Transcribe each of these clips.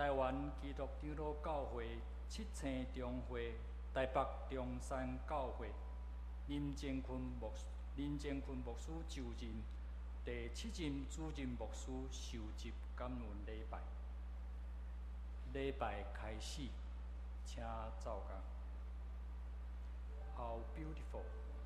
台湾基督长老教会七星中会台北中山教会林建坤牧师就任第7任主任牧师受职感恩礼拜。礼拜开始，请照讲。How beautiful！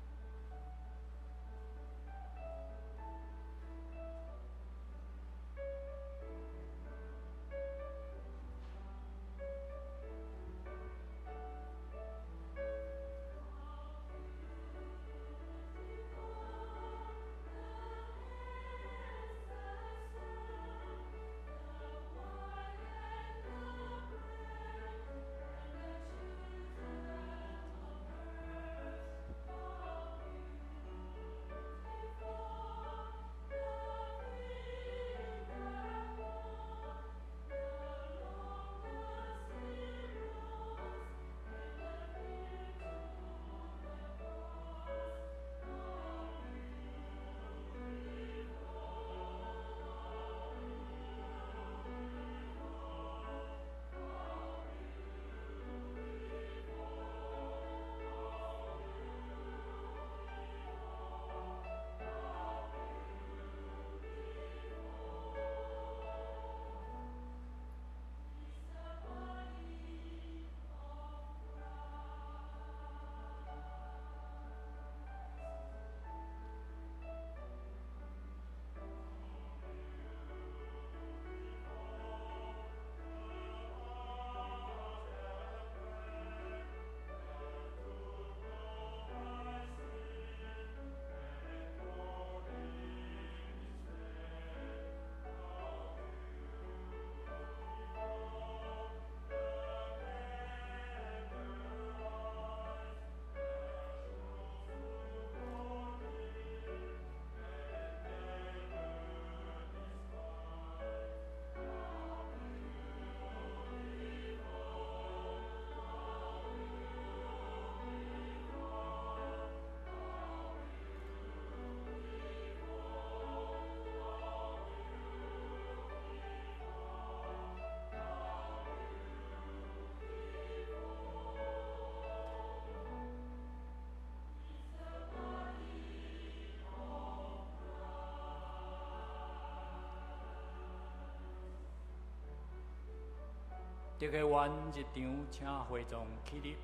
这个原日场，请会众起立。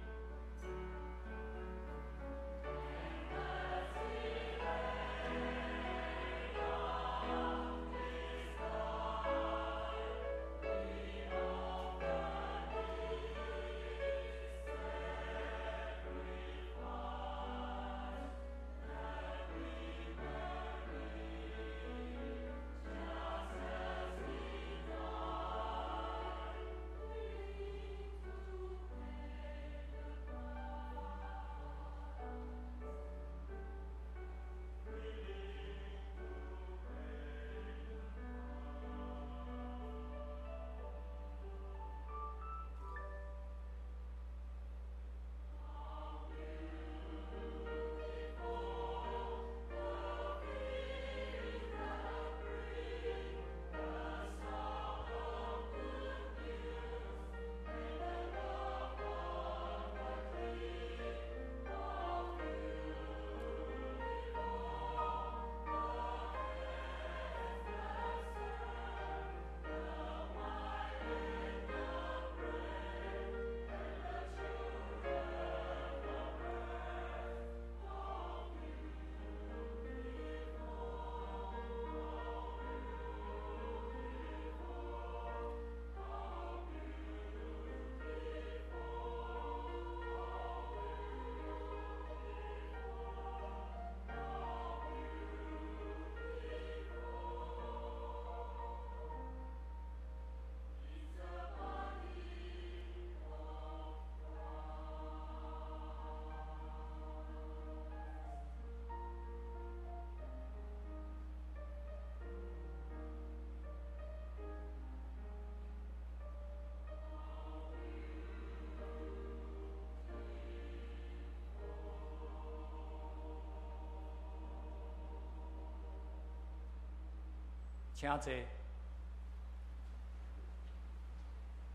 请坐。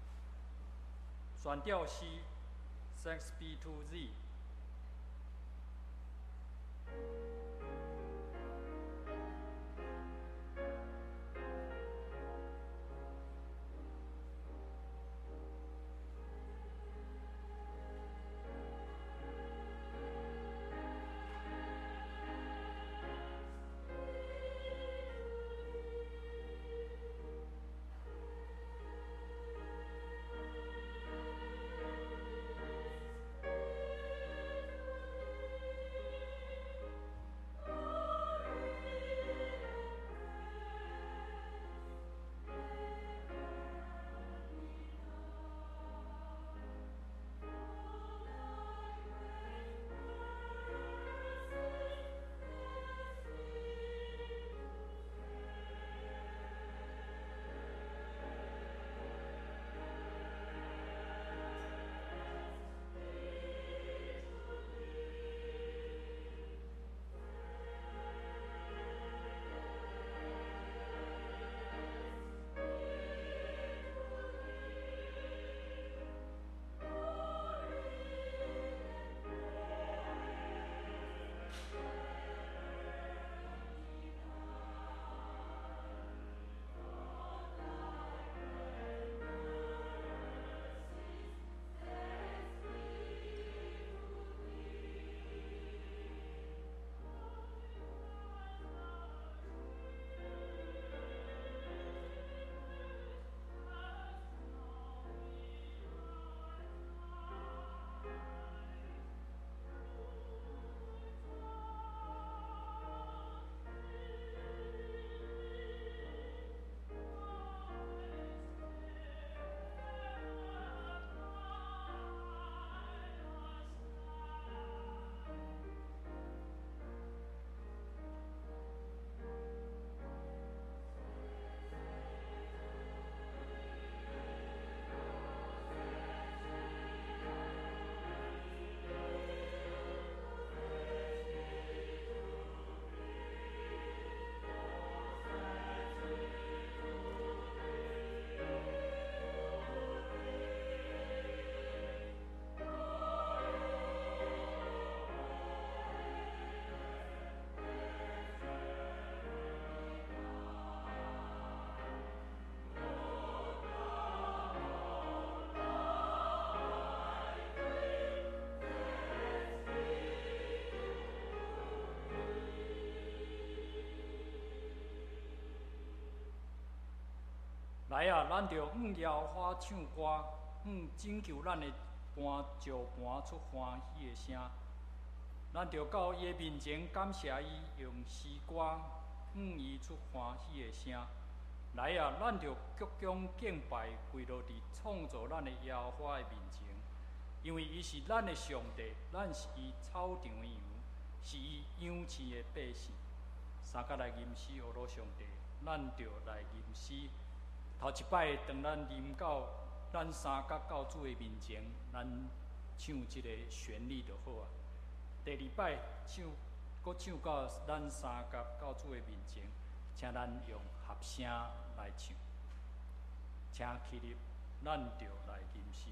选调诗 Thanks be to Thee。来啊！咱着摇花唱歌，拯救咱的伴石盘出欢喜的声。咱着到伊的面前感谢伊，用诗歌伊出欢喜的声。来啊！咱着鞠躬敬拜，跪落伫创造咱的耶和华的面前，因为伊是咱的上帝，咱是伊草场的羊，是伊养饲的百姓。三甲来吟诗，学罗上帝，咱着来吟诗。头一摆，当咱吟到咱三甲教主的面前，咱唱这个旋律就好啊。第二摆搁唱到咱三甲教主的面前，请咱用合声来唱，请起立，咱就来吟诗。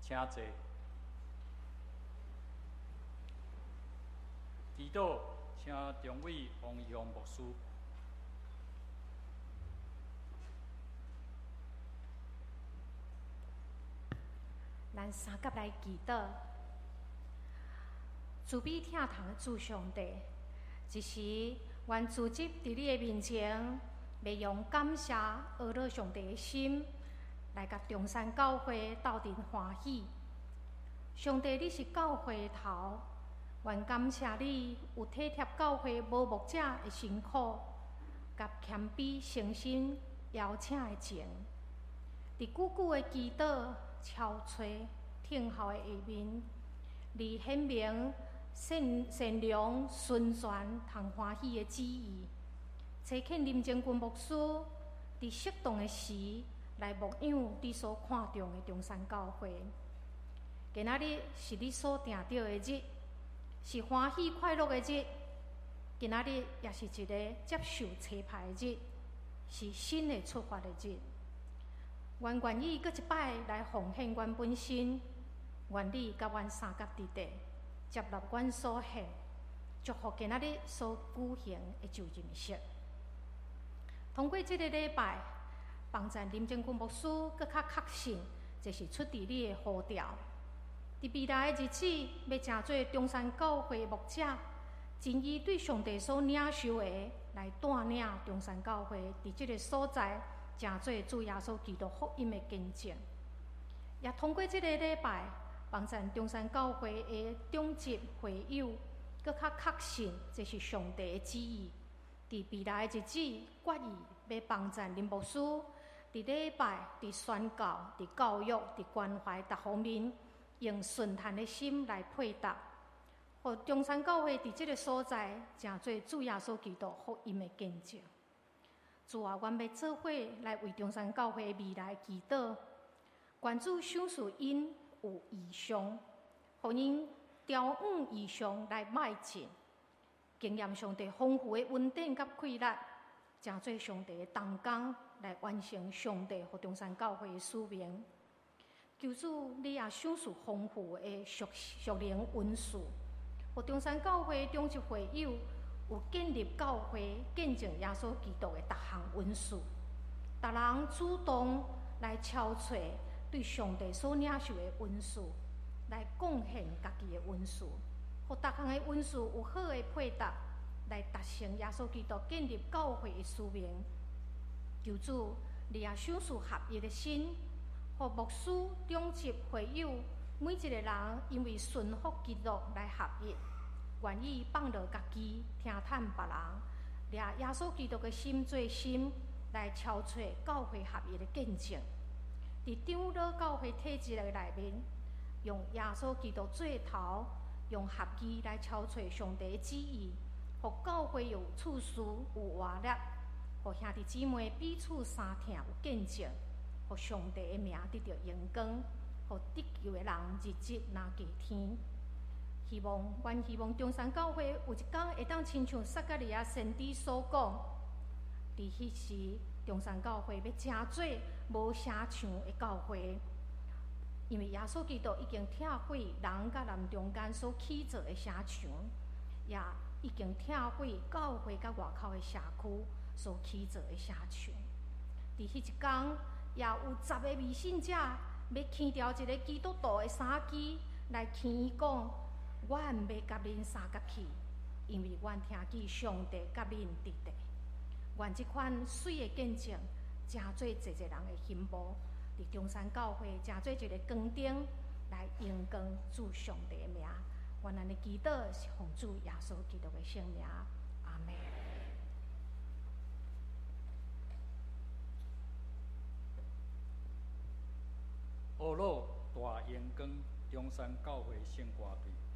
请坐。祈祷，请中委王义雄牧师。 咱三甲来祈祷，慈悲疼痛的主上帝，一时愿自执伫你的面前，要用感谢阿乐上帝的心，来甲中山教会斗阵欢喜。上帝，你是教会的头，愿感谢你有体贴教会无牧者的辛苦，甲谦卑诚心邀请的情，伫久久的祈祷。憔悴听候的下面，你显明善良、顺全、通欢喜的旨意，找恳林正军牧师，伫适当的时来牧养你所看重的中山教会。今仔日是你所定着的日，是欢喜快乐的日。今仔日也是一个接受车牌的日，是新的出发的日。愿意搁一摆来奉献阮本身，愿你甲阮三甲伫地，接纳阮所献，祝福今仔日所举行的就任式。通过这个礼拜，帮助林正军牧师搁较确信，这是出自你的呼召。伫未来的日子，要成做中山教会的牧者，真以对上帝所领受的，来带领中山教会伫这个所在。成做主耶稣基督福音的见证，也通过这个礼拜，帮助中山教会的中级会友，搁较确信这是上帝的旨意。伫未来的日子，决意要帮助林牧师，伫礼拜、伫宣教、伫教育、伫关怀各方面，用顺坦的心来配搭，互中山教会伫这个所在，成做主耶稣基督福音的见证。主啊，阮要做伙来为中山教会未来祈祷，愿主赏赐因有异象，互因调往异象来迈进，经验上帝丰富的稳定甲快乐，成做上帝的同工来完成上帝和中山教会的使命。求主，你也赏赐丰富的属灵恩赐，和中山教会中级会友。有建立教会、见证耶稣基督的各项恩赐，逐人主动来敲找对上帝所领受的恩赐，来贡献家己的恩赐，互逐项的恩赐有好的配搭，来达成耶稣基督建立教会的使命。求主，你也赏赐合一的心，互牧师、中级会友每一个人因为顺服基督来合一。愿意放落家己，听叹别人，掠耶稣基督的心做心，来敲找教会合一的见证。伫长老教会体制的内面，用耶稣基督做头，用合意来敲找上帝的旨意，互教会有处事有活力，互兄弟姊妹彼此相听有见证，互上帝的名得到荣光，互得救的人日日拿过天。愿希望中山教会有一天会当亲像撒迦利亚先知所讲，伫迄时中山教会要成做无城墙的教会，因为耶稣基督已经拆毁人甲人中间所起造的城墙，也已经拆毁教会甲外口的社区所起造的城墙。伫迄一天，也有10个未信者要牵掉一个基督徒的衫机来牵伊讲。阮要甲恁三角去，因为阮听见上帝甲恁伫地。愿这款水的见证，成做一人的心魔，伫中山教会成做一个光灯，来荣光主上帝的名。愿咱的祈祷是奉主耶稣基督的圣名，阿门。 学老大荣光中山教会圣歌队。